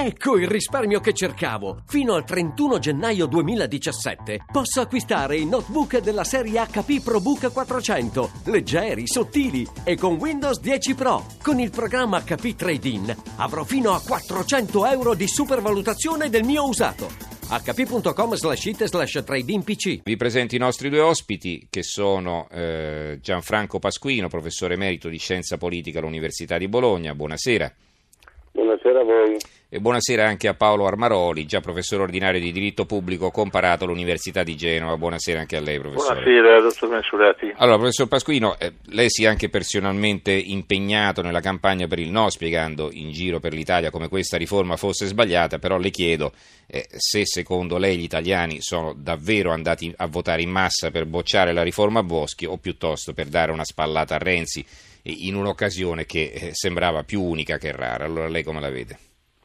Ecco il risparmio che cercavo! Fino al 31 gennaio 2017 posso acquistare i notebook della serie HP ProBook 400, leggeri, sottili e con Windows 10 Pro. Con il programma HP Trade-in avrò fino a 400 euro di supervalutazione del mio usato. hp.com/it/trade-in-pc. Vi presento i nostri due ospiti, che sono Gianfranco Pasquino, professore emerito di Scienza Politica all'Università di Bologna. Buonasera. Buonasera a voi. E buonasera anche a Paolo Armaroli, già professore ordinario di diritto pubblico comparato all'Università di Genova. Buonasera anche a lei, professore. Buonasera, dottor Mensurati. Allora, professor Pasquino, lei si è anche personalmente impegnato nella campagna per il no, spiegando in giro per l'Italia come questa riforma fosse sbagliata, però le chiedo se secondo lei gli italiani sono davvero andati a votare in massa per bocciare la riforma Boschi o piuttosto per dare una spallata a Renzi in un'occasione che sembrava più unica che rara. Allora lei come la vede?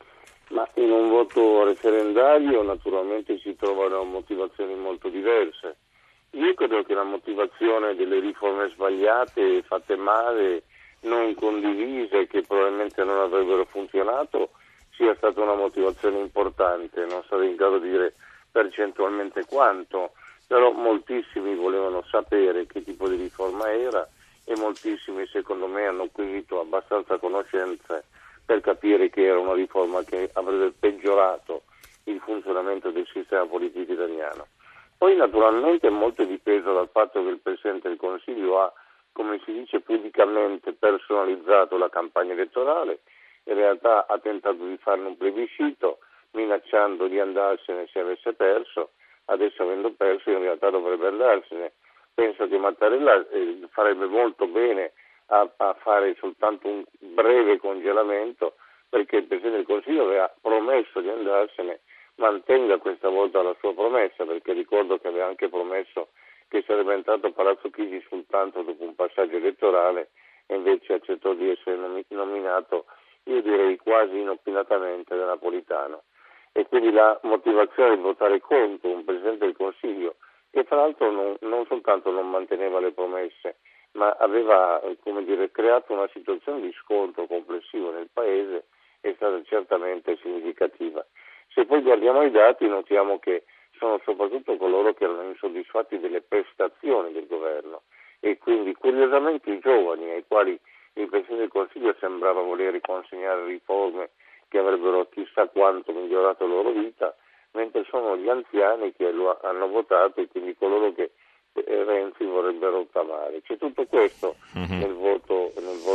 Ma in un voto referendario naturalmente si trovano motivazioni molto diverse. Io credo che la motivazione delle riforme sbagliate, fatte male, non condivise, che probabilmente non avrebbero funzionato, sia stata una motivazione importante. Non sarei in grado di dire percentualmente quanto, però moltissimi volevano sapere che tipo di riforma era e moltissimi secondo me hanno acquisito abbastanza conoscenze per capire che era una riforma che avrebbe peggiorato il funzionamento del sistema politico italiano. Poi naturalmente molto è dipeso dal fatto che il Presidente del Consiglio ha, come si dice pubblicamente, personalizzato la campagna elettorale. In realtà ha tentato di farne un plebiscito minacciando di andarsene se avesse perso. Adesso, avendo perso, in realtà dovrebbe andarsene. Penso che Mattarella farebbe molto bene a fare soltanto un breve congelamento, perché il Presidente del Consiglio aveva promesso di andarsene. Mantenga questa volta la sua promessa, perché ricordo che aveva anche promesso che sarebbe entrato a Palazzo Chigi soltanto dopo un passaggio elettorale e invece accettò di essere nominato, io direi quasi inopinatamente, da Napolitano. E quindi la motivazione di votare contro un Presidente del Consiglio che fra l'altro non soltanto non manteneva le promesse, ma aveva creato una situazione di scontro complessivo nel Paese, è stata certamente significativa. Se poi guardiamo i dati notiamo che sono soprattutto coloro che erano insoddisfatti delle prestazioni del governo e quindi curiosamente i giovani, ai quali il Presidente del Consiglio sembrava voler riconsegnare riforme che avrebbero chissà quanto migliorato la loro vita, mentre sono gli anziani che lo hanno votato e quindi coloro che Renzi vorrebbe rottamare. C'è tutto questo nel voto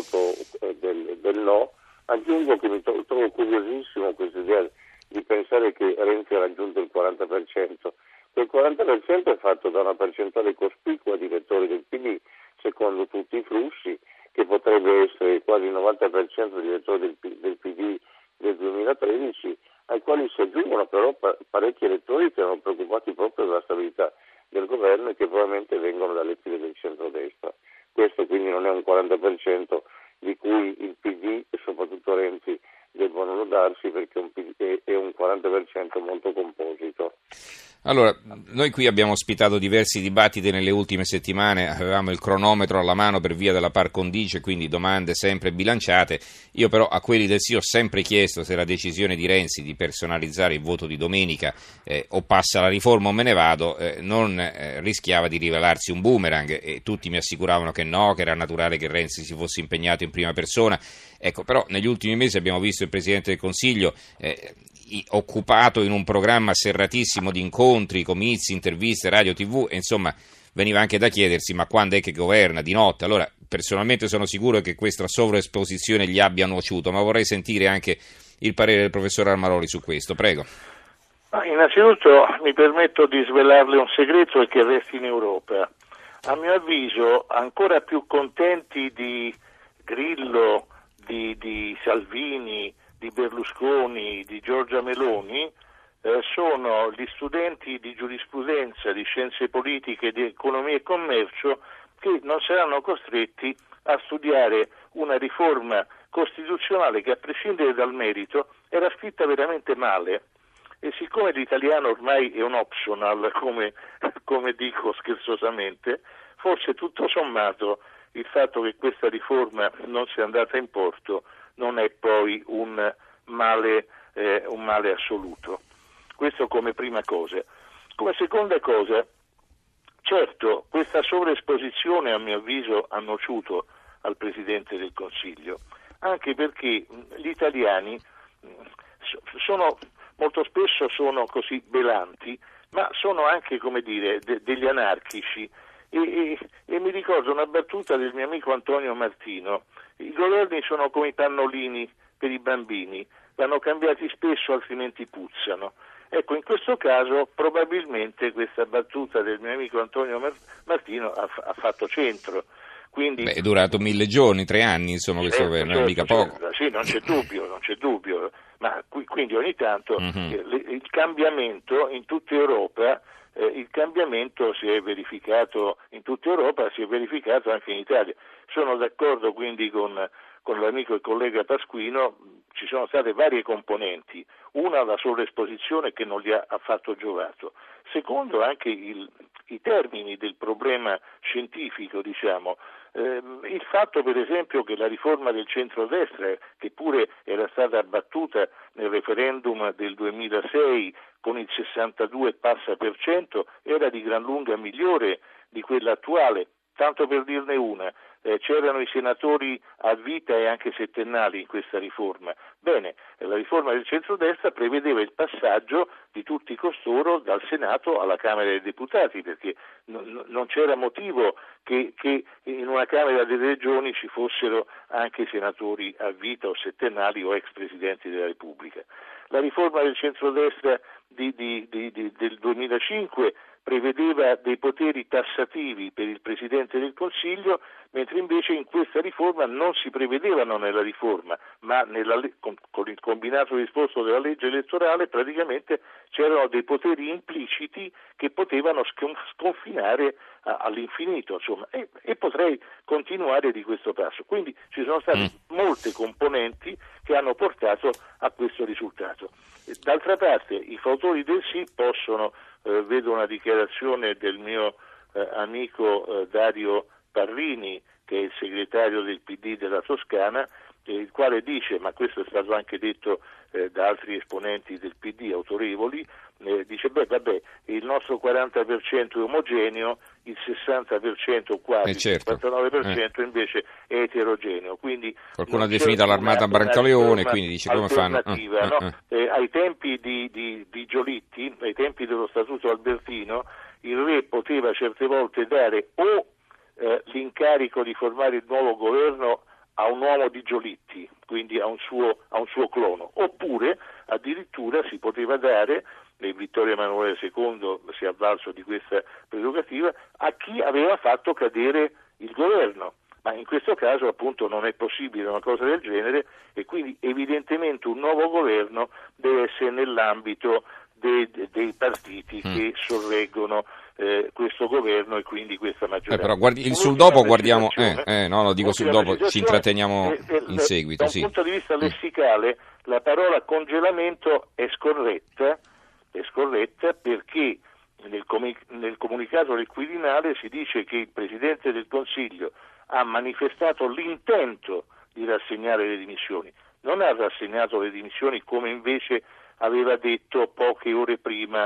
del no. Aggiungo che mi trovo curiosissimo questa idea di pensare che Renzi ha raggiunto il 40%. Quel 40% è fatto da una percentuale cospicua di elettori del PD, secondo tutti i flussi, che potrebbe essere quasi il 90% di elettori del PD del 2013, ai quali si aggiungono però parecchi elettori che erano preoccupati proprio della stabilità del governo e che probabilmente vengono dalle file del centrodestra. Questo quindi non è un 40% di cui il PD e soprattutto Renzi debbono lodarsi, perché è un 40% molto composito. Allora, noi qui abbiamo ospitato diversi dibattiti nelle ultime settimane, avevamo il cronometro alla mano per via della par condicio, quindi domande sempre bilanciate. Io però a quelli del sì ho sempre chiesto se la decisione di Renzi di personalizzare il voto di domenica o passa la riforma o me ne vado non rischiava di rivelarsi un boomerang, e tutti mi assicuravano che no, che era naturale che Renzi si fosse impegnato in prima persona. Ecco, però negli ultimi mesi abbiamo visto il Presidente del Consiglio occupato in un programma serratissimo di incontri, comizi, interviste, radio, TV, e insomma veniva anche da chiedersi ma quando è che governa di notte. Allora personalmente sono sicuro che questa sovraesposizione gli abbia nuociuto, ma vorrei sentire anche il parere del professor Armaroli su questo, prego. Innanzitutto mi permetto di svelarle un segreto, e che resti in Europa. A mio avviso ancora più contenti di Grillo, di Salvini, di Berlusconi, di Giorgia Meloni sono gli studenti di giurisprudenza, di scienze politiche, di economia e commercio, che non saranno costretti a studiare una riforma costituzionale che, a prescindere dal merito, era scritta veramente male. E siccome l'italiano ormai è un optional, come dico scherzosamente, forse tutto sommato il fatto che questa riforma non sia andata in porto non è poi un male un male assoluto. Questo come prima cosa. Come seconda cosa, certo, questa sovraesposizione a mio avviso ha nociuto al Presidente del Consiglio, anche perché gli italiani molto spesso sono così belanti, ma sono anche, come dire, degli anarchici. E mi ricordo una battuta del mio amico Antonio Martino: i governi sono come i pannolini per i bambini, vanno cambiati spesso altrimenti puzzano. Ecco, in questo caso probabilmente questa battuta del mio amico Antonio Martino ha fatto centro. Quindi, è durato 1000 giorni, 3 anni, insomma, questo governo, è mica poco. Sì, non c'è dubbio, ma quindi ogni tanto il cambiamento in tutta Europa, il cambiamento si è verificato in tutta Europa, si è verificato anche in Italia. Sono d'accordo quindi con l'amico e collega Pasquino, ci sono state varie componenti. Una, la sovraesposizione che non gli ha affatto giovato. Secondo, anche i termini del problema scientifico, diciamo. Il fatto, per esempio, che la riforma del centrodestra, che pure era stata abbattuta nel referendum del 2006 con il 62%, era di gran lunga migliore di quella attuale. Tanto per dirne una, c'erano i senatori a vita e anche settennali in questa riforma. Bene, la riforma del centrodestra prevedeva il passaggio di tutti costoro dal Senato alla Camera dei Deputati, perché non c'era motivo che in una Camera delle Regioni ci fossero anche senatori a vita o settennali o ex presidenti della Repubblica. La riforma del centrodestra del 2005 prevedeva dei poteri tassativi per il Presidente del Consiglio, mentre invece in questa riforma non si prevedevano nella riforma, ma con il combinato disposto della legge elettorale praticamente c'erano dei poteri impliciti che potevano sconfinare all'infinito, insomma, e potrei continuare di questo passo. Quindi ci sono state molte componenti che hanno portato a questo risultato. D'altra parte i fautori del sì possono, vedo una dichiarazione del mio amico Dario Parrini, che è il segretario del PD della Toscana, il quale dice, ma questo è stato anche detto da altri esponenti del PD autorevoli, dice il nostro 40% è omogeneo, il 60% quasi, certo. il 59% invece è eterogeneo. Quindi qualcuno ha definito l'armata Brancaleone, quindi dice come fanno? No? Ai tempi di Giolitti, ai tempi dello Statuto Albertino, il re poteva certe volte dare o l'incarico di formare il nuovo governo a un uomo di Giolitti, quindi a un suo clono, oppure addirittura si poteva dare, e Vittorio Emanuele II si è avvalso di questa prerogativa, a chi aveva fatto cadere il governo. Ma in questo caso appunto non è possibile una cosa del genere, e quindi evidentemente un nuovo governo deve essere nell'ambito dei partiti che sorreggono questo governo e quindi questa maggioranza. Però sul dopo guardiamo, sul dopo ci intratteniamo in seguito. Da un punto di vista lessicale la parola congelamento è scorretta perché nel comunicato del Quirinale si dice che il Presidente del Consiglio ha manifestato l'intento di rassegnare le dimissioni, non ha rassegnato le dimissioni come invece aveva detto poche ore prima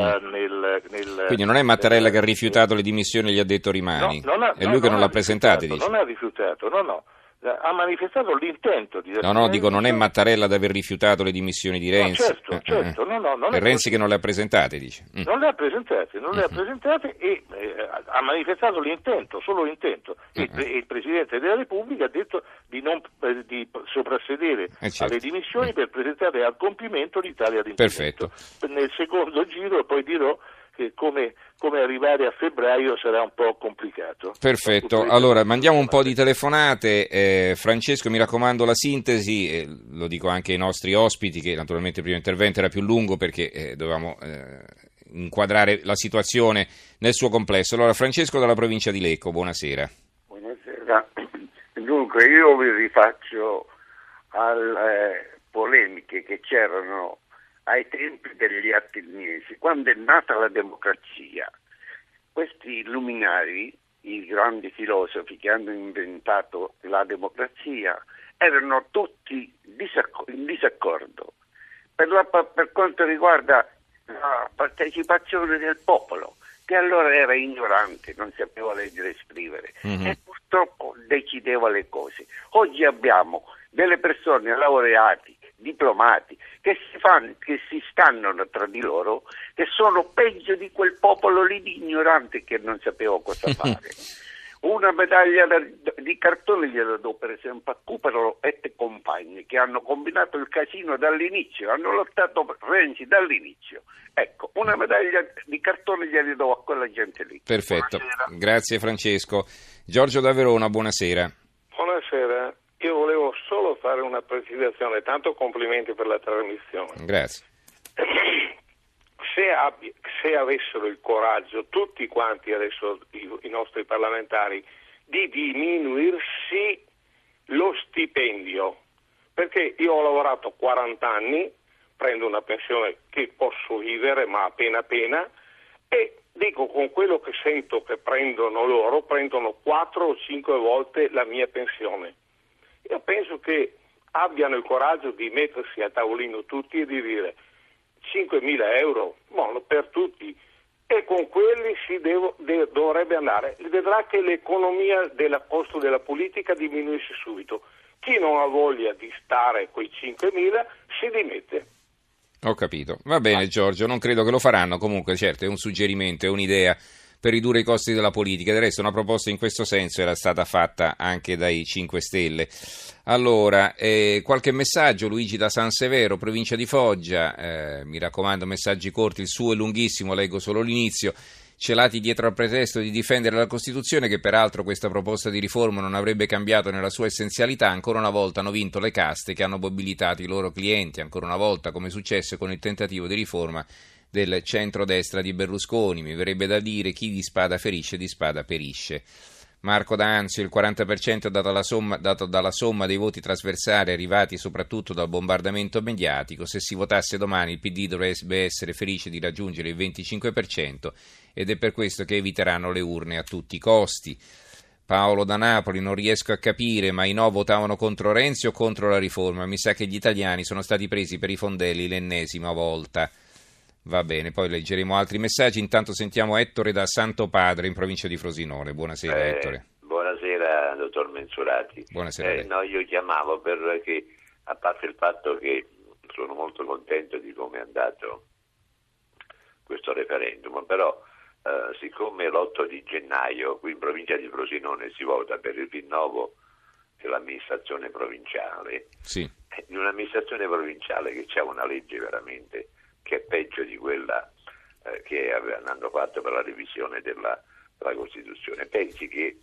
quindi non è Mattarella che ha rifiutato le dimissioni e gli ha detto rimani, è lui che non l'ha presentate, dice. Non ha rifiutato, ha manifestato l'intento di non è Mattarella ad aver rifiutato le dimissioni di Renzi. Certo, è Renzi che non le ha presentate, dice. Non le ha presentate e ha manifestato l'intento, solo l'intento. E il Presidente della Repubblica ha detto di soprassedere alle dimissioni per presentare al compimento l'Italia d'intendimento. Perfetto. Nel secondo giro poi dirò che come arrivare a febbraio sarà un po' complicato. Perfetto, allora mandiamo un po' di telefonate. Francesco, mi raccomando la sintesi, lo dico anche ai nostri ospiti, che naturalmente il primo intervento era più lungo perché dovevamo inquadrare la situazione nel suo complesso. Allora, Francesco dalla provincia di Lecco, buonasera. Buonasera, dunque io vi rifaccio alle polemiche che c'erano ai tempi degli ateniesi, quando è nata la democrazia. Questi luminari, i grandi filosofi che hanno inventato la democrazia, erano tutti in disaccordo, per quanto riguarda la partecipazione del popolo, che allora era ignorante, non sapeva leggere e scrivere, e purtroppo decideva le cose. Oggi abbiamo delle persone laureati, diplomati, che si scannano tra di loro, che sono peggio di quel popolo lì di ignorante che non sapeva cosa fare. Una medaglia di cartone gliela do per esempio a Cupero e compagni, che hanno combinato il casino dall'inizio, hanno lottato Renzi dall'inizio. Ecco, una medaglia di cartone gliela do a quella gente lì. Perfetto, Buonasera. grazie Francesco. Giorgio da Verona, buonasera. Buonasera, io volevo solo fare una precisazione, tanto complimenti per la trasmissione. Grazie. Se avessero il coraggio tutti quanti adesso i nostri parlamentari di diminuirsi lo stipendio, perché io ho lavorato 40 anni, prendo una pensione che posso vivere ma appena e dico, con quello che sento che prendono loro, prendono 4 o 5 volte la mia pensione. Io penso che abbiano il coraggio di mettersi a tavolino tutti e di dire 5.000 euro, buono per tutti, e con quelli si dovrebbe andare. Vedrà che l'economia del costo della politica diminuisce subito. Chi non ha voglia di stare quei 5.000 si dimette. Ho capito. Va bene Giorgio, non credo che lo faranno, comunque certo è un suggerimento, è un'idea per ridurre i costi della politica. Del resto una proposta in questo senso era stata fatta anche dai 5 Stelle. Allora, qualche messaggio. Luigi da San Severo, provincia di Foggia, mi raccomando messaggi corti, il suo è lunghissimo, leggo solo l'inizio. Celati dietro al pretesto di difendere la Costituzione, che peraltro questa proposta di riforma non avrebbe cambiato nella sua essenzialità, ancora una volta hanno vinto le caste che hanno mobilitato i loro clienti, ancora una volta come successe con il tentativo di riforma del centrodestra di Berlusconi. Mi verrebbe da dire: chi di spada ferisce, di spada perisce. Marco D'Anzio, il 40% dato dalla somma dei voti trasversali arrivati soprattutto dal bombardamento mediatico. Se si votasse domani il PD dovrebbe essere felice di raggiungere il 25% ed è per questo che eviteranno le urne a tutti i costi. Paolo da Napoli, non riesco a capire, ma i no votavano contro Renzi o contro la riforma? Mi sa che gli italiani sono stati presi per i fondelli l'ennesima volta. Va bene, poi leggeremo altri messaggi. Intanto sentiamo Ettore da Santo Padre in provincia di Frosinone. Buonasera Ettore. Buonasera dottor Mensurati. Buonasera. No, io chiamavo perché, a parte il fatto che sono molto contento di come è andato questo referendum, però siccome l'8 di gennaio qui in provincia di Frosinone si vota per il rinnovo dell'amministrazione provinciale, sì, in un'amministrazione provinciale che c'è una legge veramente che è peggio di quella che hanno fatto per la revisione della Costituzione. Pensi che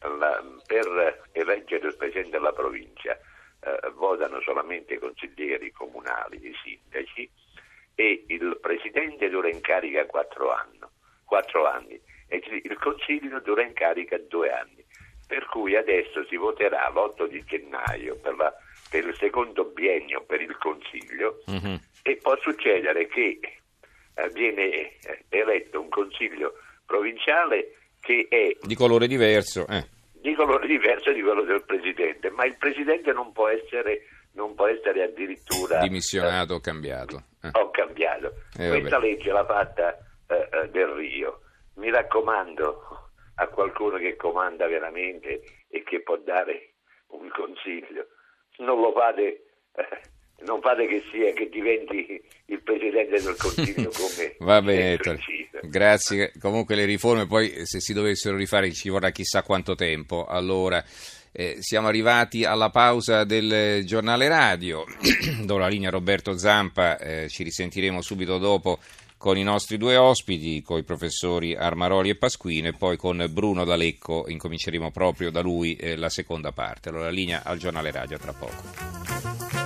per eleggere il Presidente della provincia votano solamente i consiglieri comunali, i sindaci, e il Presidente dura in carica 4 anni e il Consiglio dura in carica 2 anni. Per cui adesso si voterà l'8 di gennaio per il secondo biennio per il Consiglio, e può succedere che viene eletto un Consiglio provinciale che è di colore diverso, di colore diverso di quello del Presidente, ma il Presidente non può essere addirittura dimissionato o cambiato. Ho cambiato. Questa legge l'ha fatta Del Rio. Mi raccomando a qualcuno che comanda veramente e che può dare un consiglio, non lo fate, non fate che diventi il Presidente del Consiglio come va bene, grazie. Comunque le riforme poi, se si dovessero rifare, ci vorrà chissà quanto tempo. Allora siamo arrivati alla pausa del giornale radio. Do la linea a Roberto Zampa, ci risentiremo subito dopo con i nostri 2 ospiti, con i professori Armaroli e Pasquino, e poi con Bruno D'Alecco incominceremo proprio da lui la seconda parte. Allora, la linea al giornale radio, tra poco.